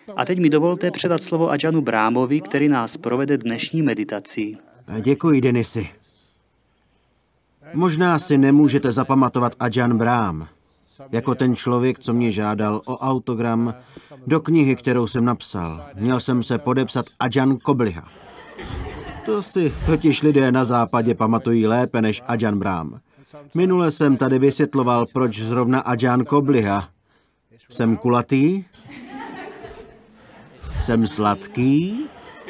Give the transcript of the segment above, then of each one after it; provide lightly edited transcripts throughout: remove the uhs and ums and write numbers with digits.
A teď mi dovolte předat slovo Ajanu Brámovi, který nás provede dnešní meditací. Děkuji, Denisy. Možná si nemůžete zapamatovat Ajan Brám, jako ten člověk, co mě žádal o autogram do knihy, kterou jsem napsal. Měl jsem se podepsat Ajan Kobliha. To si totiž lidé na západě pamatují lépe než Ajan Brám. Minule jsem tady vysvětloval, proč zrovna Ajan Kobliha. Jsem kulatý? Jsem sladký?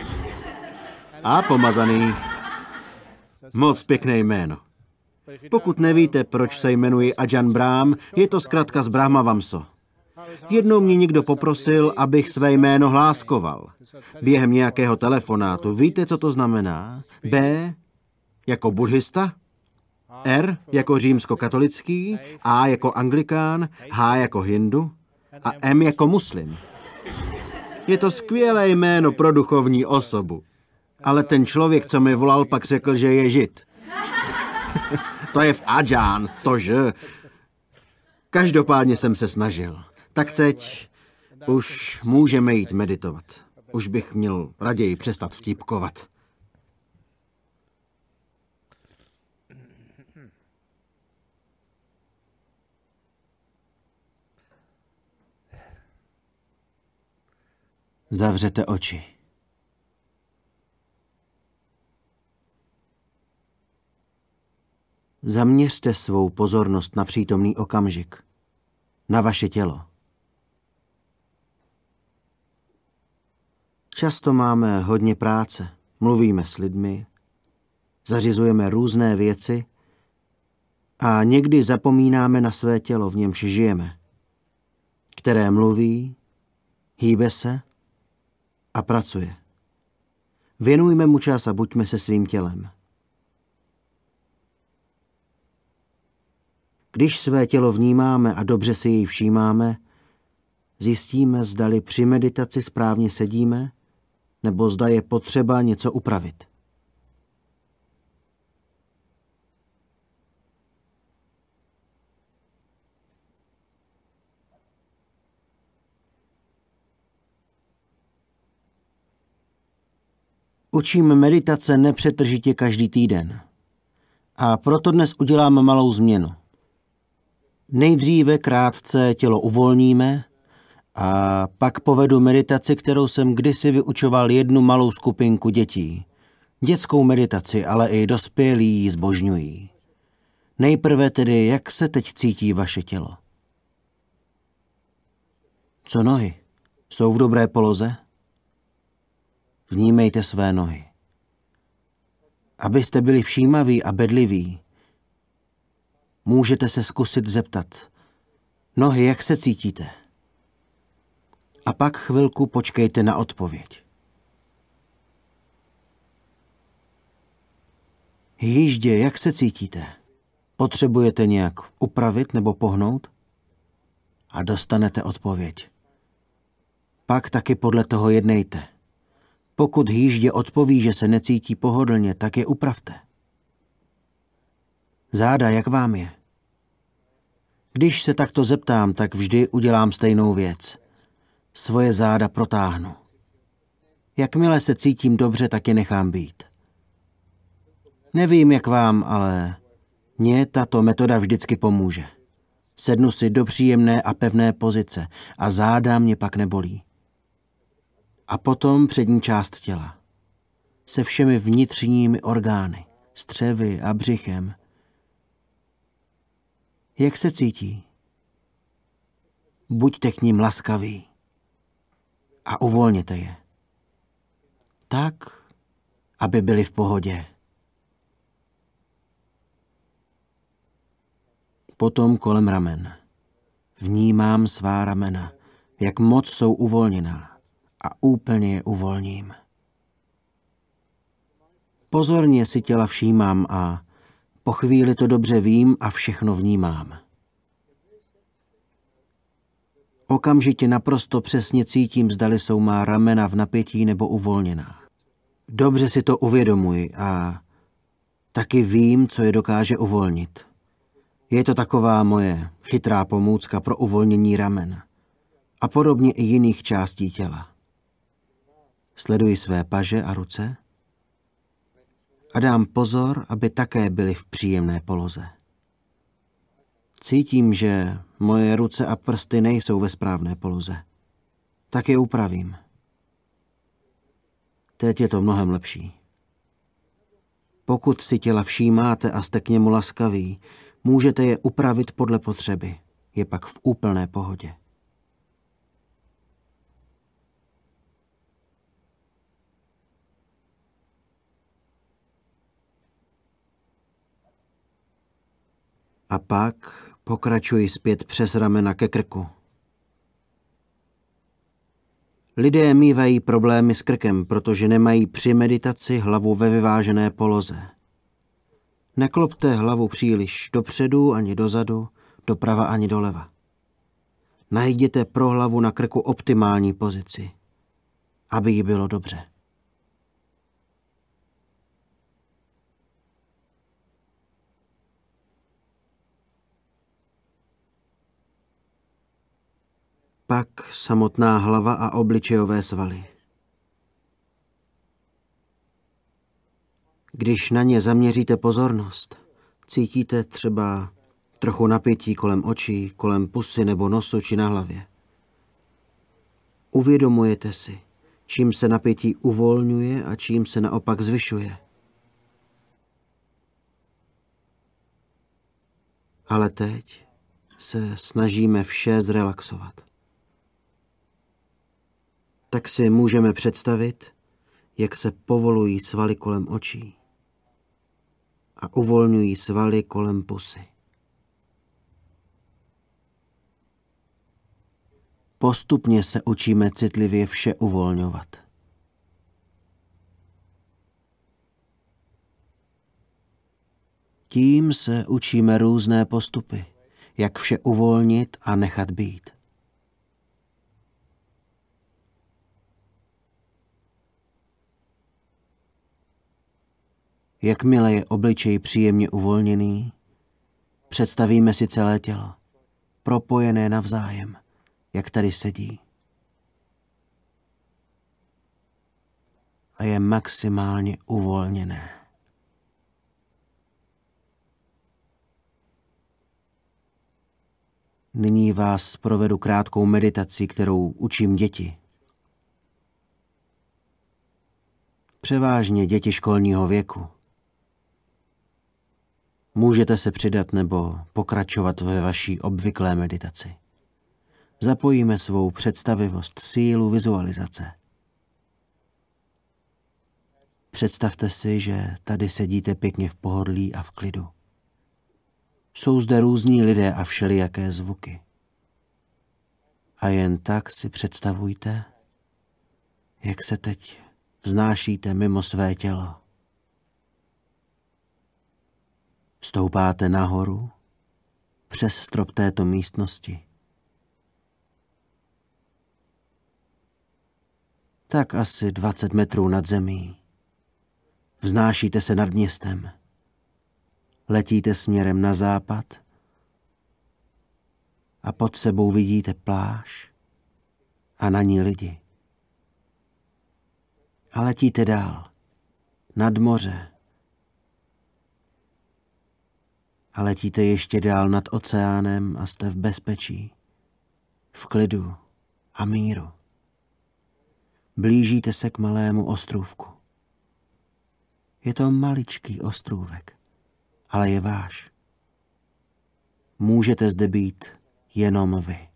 A pomazaný. Moc pěkné jméno. Pokud nevíte, proč se jmenuji Ajan Brám, je to zkratka z Brahma Vamso. Jednou mě někdo poprosil, abych své jméno hláskoval. Během nějakého telefonátu. Víte, co to znamená? B jako buddhista, R jako římskokatolický, A jako anglikán, H jako hindu a M jako muslim. Je to skvělé jméno pro duchovní osobu. Ale ten člověk, co mi volal, pak řekl, že je žid. To je v Ajan, tože. Každopádně jsem se snažil. Tak teď už můžeme jít meditovat. Už bych měl raději přestat vtipkovat. Zavřete oči. Zaměřte svou pozornost na přítomný okamžik, na vaše tělo. Často máme hodně práce, mluvíme s lidmi, zařizujeme různé věci a někdy zapomínáme na své tělo, v němž žijeme, které mluví, hýbe se a pracuje. Věnujme mu čas a buďme se svým tělem. Když své tělo vnímáme a dobře si jej všímáme, zjistíme, zdali při meditaci správně sedíme, nebo zda je potřeba něco upravit. Učím meditace nepřetržitě každý týden. A proto dnes udělám malou změnu. Nejdříve krátce tělo uvolníme a pak povedu meditaci, kterou jsem kdysi vyučoval jednu malou skupinku dětí. Dětskou meditaci, ale i dospělí ji zbožňují. Nejprve tedy, jak se teď cítí vaše tělo? Co nohy? Jsou v dobré poloze? Vnímejte své nohy. Abyste byli všímaví a bedliví, můžete se zkusit zeptat. Nohy, jak se cítíte? A pak chvilku počkejte na odpověď. Jíždě, jak se cítíte? Potřebujete nějak upravit nebo pohnout? A dostanete odpověď. Pak taky podle toho jednejte. Pokud jíždě odpoví, že se necítí pohodlně, tak je upravte. Záda, jak vám je? Když se takto zeptám, tak vždy udělám stejnou věc. Svoje záda protáhnu. Jakmile se cítím dobře, tak je nechám být. Nevím, jak vám, ale mně tato metoda vždycky pomůže. Sednu si do příjemné a pevné pozice a záda mě pak nebolí. A potom přední část těla. Se všemi vnitřními orgány, střevy a břichem. Jak se cítí? Buďte k nim laskaví a uvolněte je. Tak, aby byli v pohodě. Potom kolem ramen. Vnímám svá ramena, jak moc jsou uvolněná a úplně je uvolním. Pozorně si těla všímám a po chvíli to dobře vím a všechno vnímám. Okamžitě naprosto přesně cítím, zdali jsou má ramena v napětí nebo uvolněná. Dobře si to uvědomuji a taky vím, co je dokáže uvolnit. Je to taková moje chytrá pomůcka pro uvolnění ramen. a podobně i jiných částí těla. Sleduji své paže a ruce a dám pozor, aby také byly v příjemné poloze. Cítím, že moje ruce a prsty nejsou ve správné poloze. Tak je upravím. Teď je to mnohem lepší. Pokud si těla všímáte a jste k němu laskaví, můžete je upravit podle potřeby. Je pak v úplné pohodě. A pak pokračuji zpět přes ramena ke krku. Lidé mívají problémy s krkem, protože nemají při meditaci hlavu ve vyvážené poloze. Neklopte hlavu příliš dopředu ani dozadu, doprava ani doleva. Najděte pro hlavu na krku optimální pozici, aby jí bylo dobře. Pak samotná hlava a obličejové svaly. Když na ně zaměříte pozornost, cítíte třeba trochu napětí kolem očí, kolem pusy nebo nosu či na hlavě. Uvědomujete si, čím se napětí uvolňuje a čím se naopak zvyšuje. Ale teď se snažíme vše zrelaxovat. Tak si můžeme představit, jak se povolují svaly kolem očí a uvolňují svaly kolem pusy. Postupně se učíme citlivě vše uvolňovat. Tím se učíme různé postupy, jak vše uvolnit a nechat být. Jakmile je obličej příjemně uvolněný, představíme si celé tělo, propojené navzájem, jak tady sedí. A je maximálně uvolněné. Nyní vás provedu krátkou meditaci, kterou učím děti. Převážně děti školního věku. Můžete se přidat nebo pokračovat ve vaší obvyklé meditaci. Zapojíme svou představivost, sílu vizualizace. Představte si, že tady sedíte pěkně v pohodlí a v klidu. Jsou zde různí lidé a všelijaké zvuky. A jen tak si představujte, jak se teď vznášíte mimo své tělo. Stoupáte nahoru přes strop této místnosti. Tak asi 20 metrů nad zemí. Vznášíte se nad městem. Letíte směrem na západ a pod sebou vidíte pláž a na ní lidi. A letíte dál, nad moře. A letíte ještě dál nad oceánem a jste v bezpečí, v klidu a míru. Blížíte se k malému ostrůvku. Je to maličký ostrůvek, ale je váš. Můžete zde být jenom vy.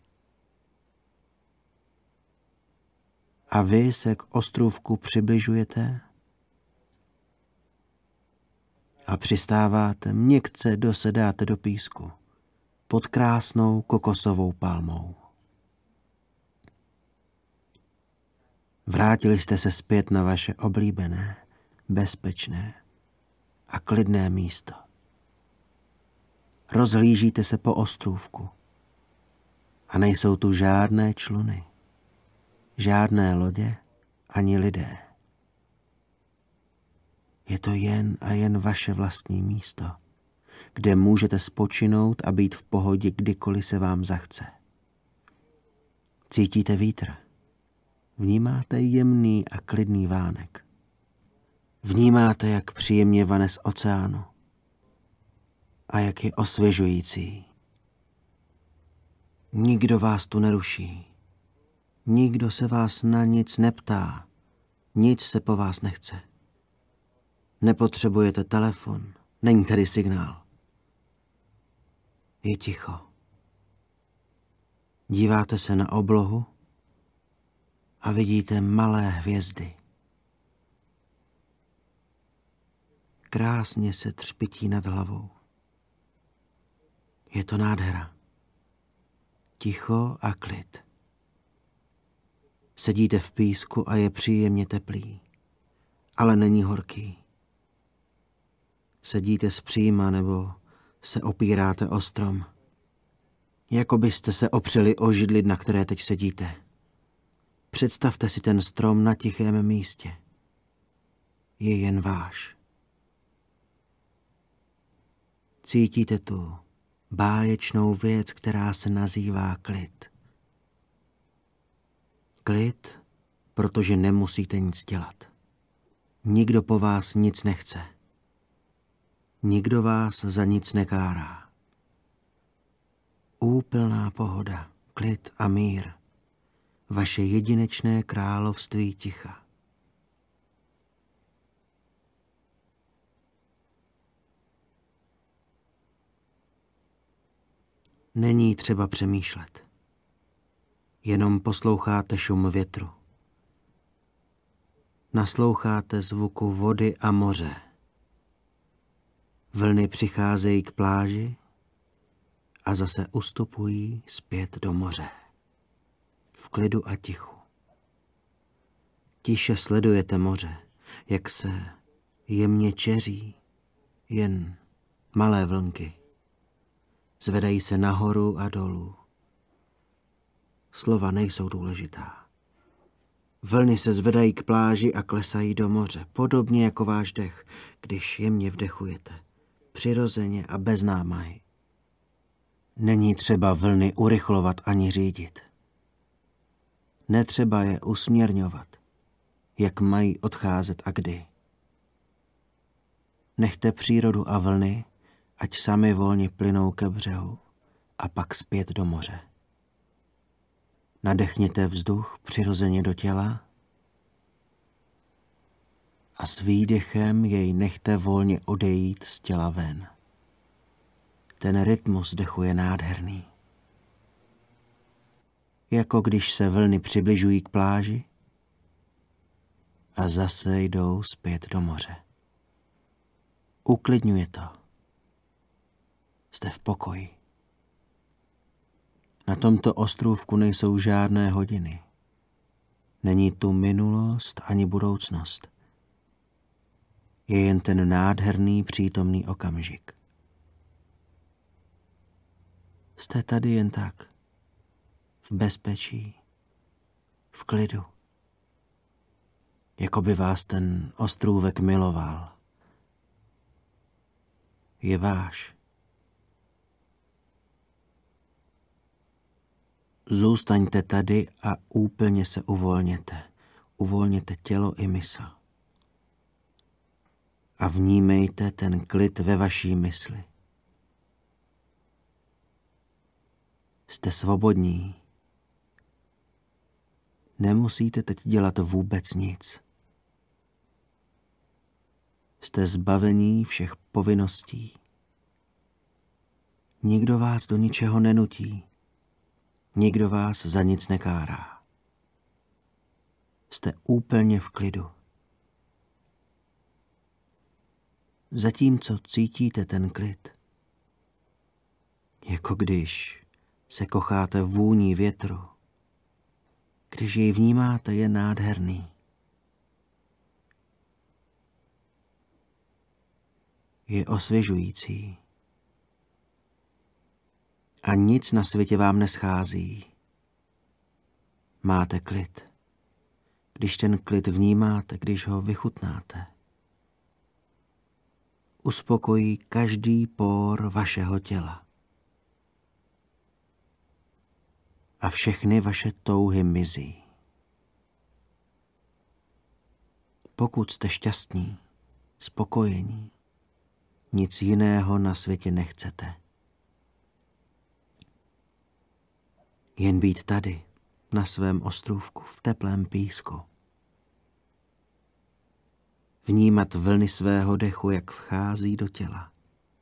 A vy se k ostrůvku přibližujete a přistáváte, měkce dosedáte do písku pod krásnou kokosovou palmou. Vrátili jste se zpět na vaše oblíbené, bezpečné a klidné místo. Rozhlížíte se po ostrůvku a nejsou tu žádné čluny, žádné lodě ani lidé. Je to jen a jen vaše vlastní místo, kde můžete spočinout a být v pohodě, kdykoliv se vám zachce. Cítíte vítr. Vnímáte jemný a klidný vánek. Vnímáte, jak příjemně vane z oceánu a jak je osvěžující. Nikdo vás tu neruší. Nikdo se vás na nic neptá. Nic se po vás nechce. Nepotřebujete telefon. Není tady signál. Je ticho. Díváte se na oblohu a vidíte malé hvězdy. Krásně se třpytí nad hlavou. Je to nádhera. Ticho a klid. Sedíte v písku a je příjemně teplý, ale není horký. Sedíte zpříma nebo se opíráte o strom, jako byste se opřeli o židli, na které teď sedíte. Představte si ten strom na tichém místě. Je jen váš. Cítíte tu báječnou věc, která se nazývá klid. Klid, protože nemusíte nic dělat. Nikdo po vás nic nechce. Nikdo vás za nic nekárá. Úplná pohoda, klid a mír. Vaše jedinečné království ticha. Není třeba přemýšlet. Jenom posloucháte šum větru. Nasloucháte zvuku vody a moře. Vlny přicházejí k pláži a zase ustupují zpět do moře. V klidu a tichu. Tiše sledujete moře, jak se jemně čeří, jen malé vlnky. Zvedají se nahoru a dolů. Slova nejsou důležitá. Vlny se zvedají k pláži a klesají do moře, podobně jako váš dech, když jemně vdechujete, přirozeně a bez námahy. Není třeba vlny urychlovat ani řídit. Netřeba je usměrňovat, jak mají odcházet a kdy. Nechte přírodu a vlny, ať sami volně plynou ke břehu a pak zpět do moře. Nadechněte vzduch přirozeně do těla a s výdechem jej nechte volně odejít z těla ven. Ten rytmus dechu je nádherný. Jako když se vlny přibližují k pláži a zase jdou zpět do moře. Uklidňuje to. Jste v pokoji. Na tomto ostrůvku nejsou žádné hodiny. Není tu minulost ani budoucnost. Je jen ten nádherný přítomný okamžik. Jste tady jen tak. V bezpečí. V klidu. Jako by vás ten ostrůvek miloval. Je váš. Zůstaňte tady a úplně se uvolněte. Uvolněte tělo i mysl. A vnímejte ten klid ve vaší mysli. Jste svobodní. Nemusíte teď dělat vůbec nic. Jste zbavení všech povinností. Nikdo vás do ničeho nenutí. Nikdo vás za nic nekárá. Jste úplně v klidu. Zatímco cítíte ten klid, jako když se kocháte vůní větru, když jej vnímáte, je nádherný. Je osvěžující. A nic na světě vám neschází. Máte klid. Když ten klid vnímáte, když ho vychutnáte, uspokojí každý pór vašeho těla. a všechny vaše touhy mizí. Pokud jste šťastní, spokojení, nic jiného na světě nechcete. Jen být tady, na svém ostrůvku, v teplém písku. Vnímat vlny svého dechu, jak vchází do těla.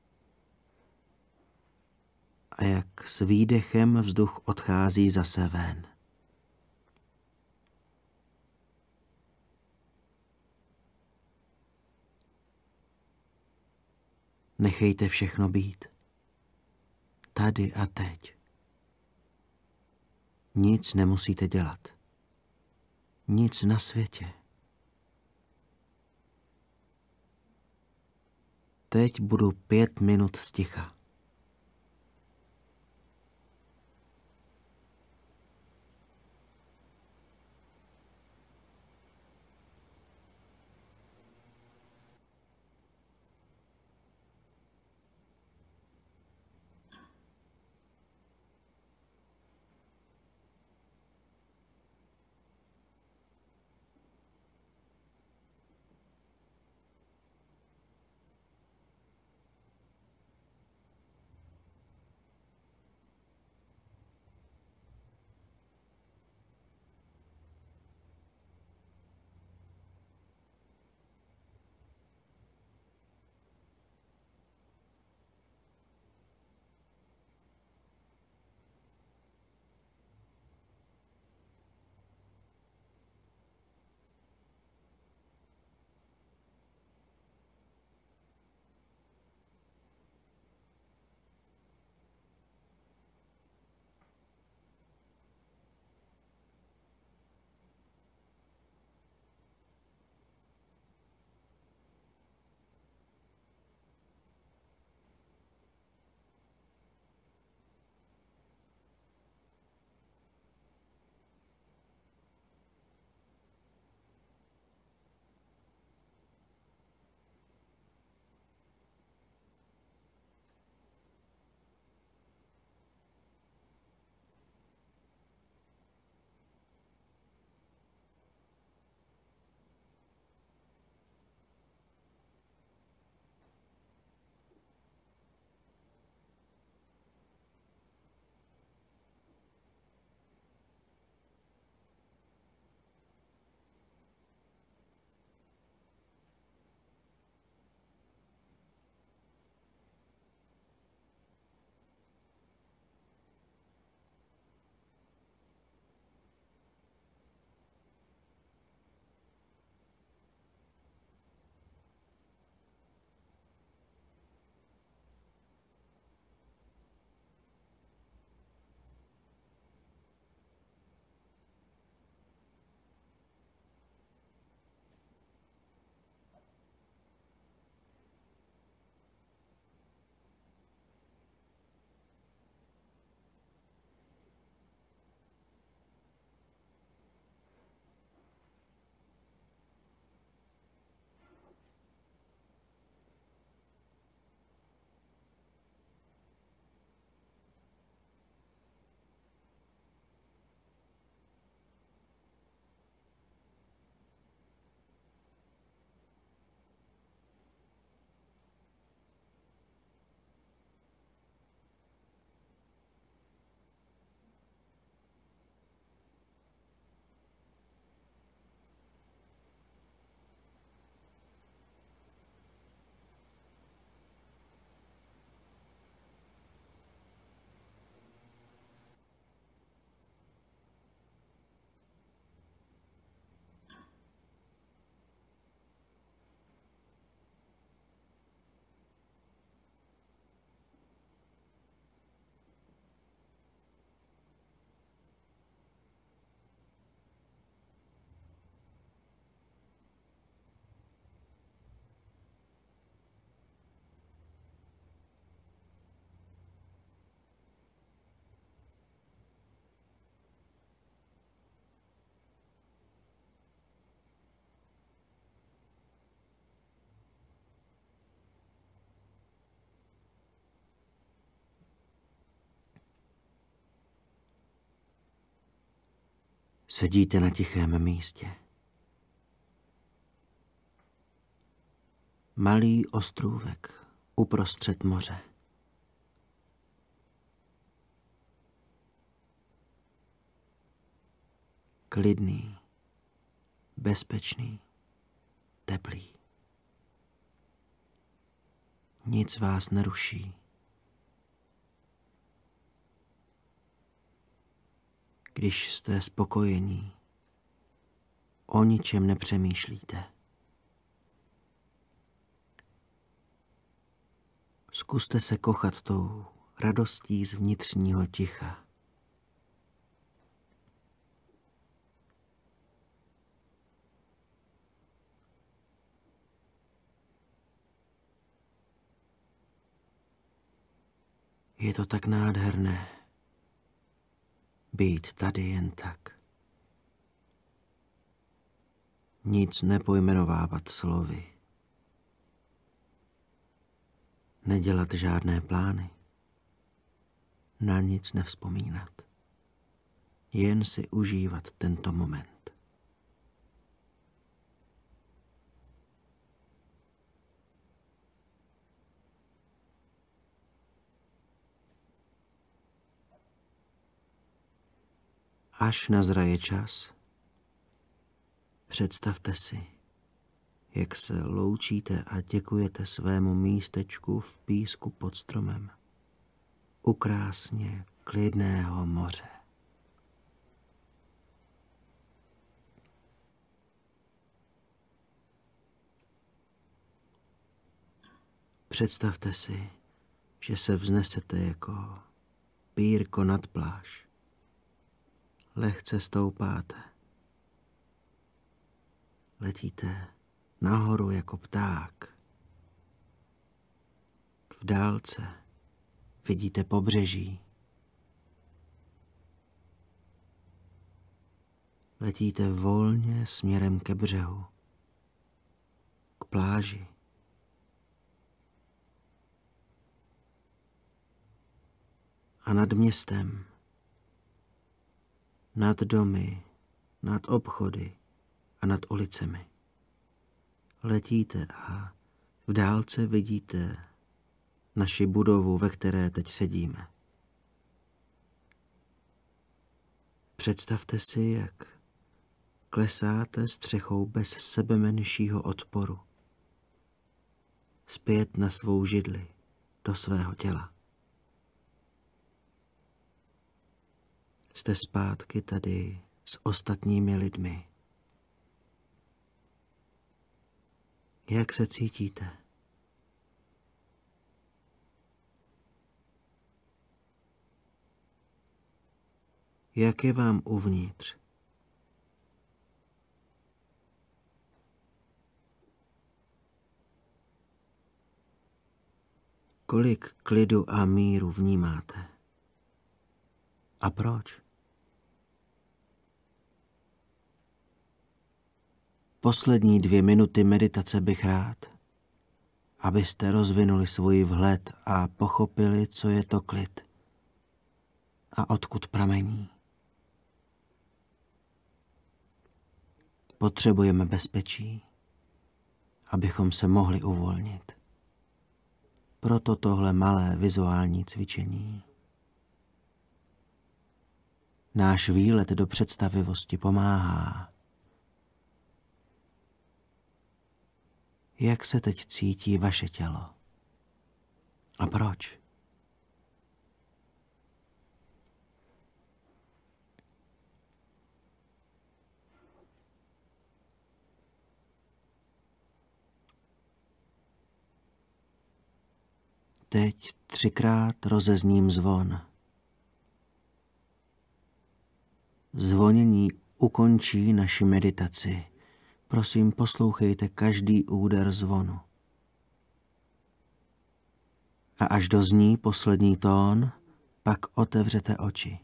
A jak s výdechem vzduch odchází zase ven. Nechejte všechno být. Tady a teď. Nic nemusíte dělat. Nic na světě. Teď budu 5 minut sticha. Sedíte na tichém místě. Malý ostrůvek uprostřed moře. Klidný, bezpečný, teplý. Nic vás neruší. Když jste spokojení, o ničem nepřemýšlíte. Zkuste se kochat tou radostí z vnitřního ticha. Je to tak nádherné být tady jen tak. Nic nepojmenovávat slovy. Nedělat žádné plány. Na nic nevzpomínat. Jen si užívat tento moment. Až nazraje čas, představte si, jak se loučíte a děkujete svému místečku v písku pod stromem, u krásně klidného moře. Představte si, že se vznesete jako pírko nad pláž. Lehce stoupáte. Letíte nahoru jako pták. V dálce vidíte pobřeží. Letíte volně směrem ke břehu, k pláži. A nad městem, nad domy, nad obchody a nad ulicemi. Letíte a v dálce vidíte naši budovu, ve které teď sedíme. Představte si, jak klesáte střechou bez sebemenšího odporu. Zpět na svou židli, do svého těla. Jste zpátky tady s ostatními lidmi. Jak se cítíte? Jak je vám uvnitř? Kolik klidu a míru vnímáte? A proč? Poslední 2 minuty meditace bych rád, abyste rozvinuli svůj vhled a pochopili, co je to klid a odkud pramení. Potřebujeme bezpečí, abychom se mohli uvolnit. Proto tohle malé vizuální cvičení. Náš výlet do představivosti pomáhá. Jak se teď cítí vaše tělo? A proč? Teď 3krát rozezním zvon. Zvonění ukončí naši meditaci. Prosím, poslouchejte každý úder zvonu. A až dozní poslední tón, pak otevřete oči.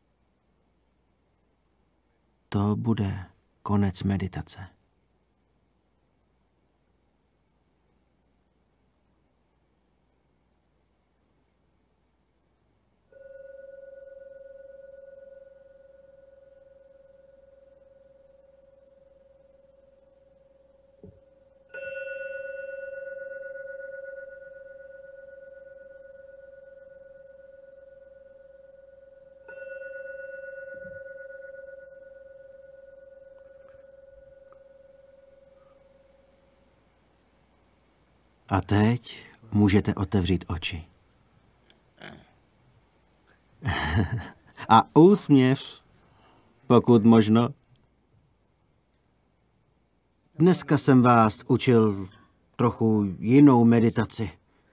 To bude konec meditace. A teď můžete otevřít oči. A úsměv, pokud možno. Dneska jsem vás učil trochu jinou meditaci.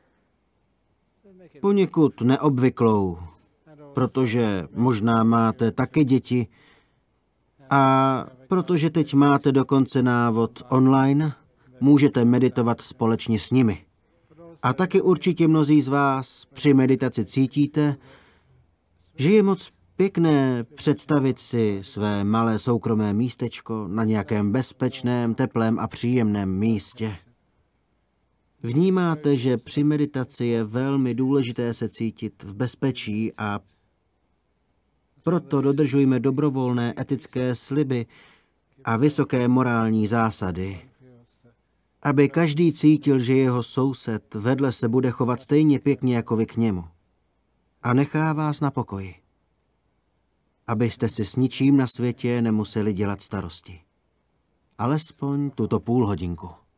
Poněkud neobvyklou, protože možná máte taky děti a protože teď máte dokonce návod online, můžete meditovat společně s nimi. A taky určitě mnozí z vás při meditaci cítíte, že je moc pěkné představit si své malé soukromé místečko na nějakém bezpečném, teplém a příjemném místě. Vnímáte, že při meditaci je velmi důležité se cítit v bezpečí a proto dodržujme dobrovolné etické sliby a vysoké morální zásady, aby každý cítil, že jeho soused vedle se bude chovat stejně pěkně jako vy k němu a nechá vás na pokoji, abyste si s ničím na světě nemuseli dělat starosti. Alespoň tuto půl hodinku.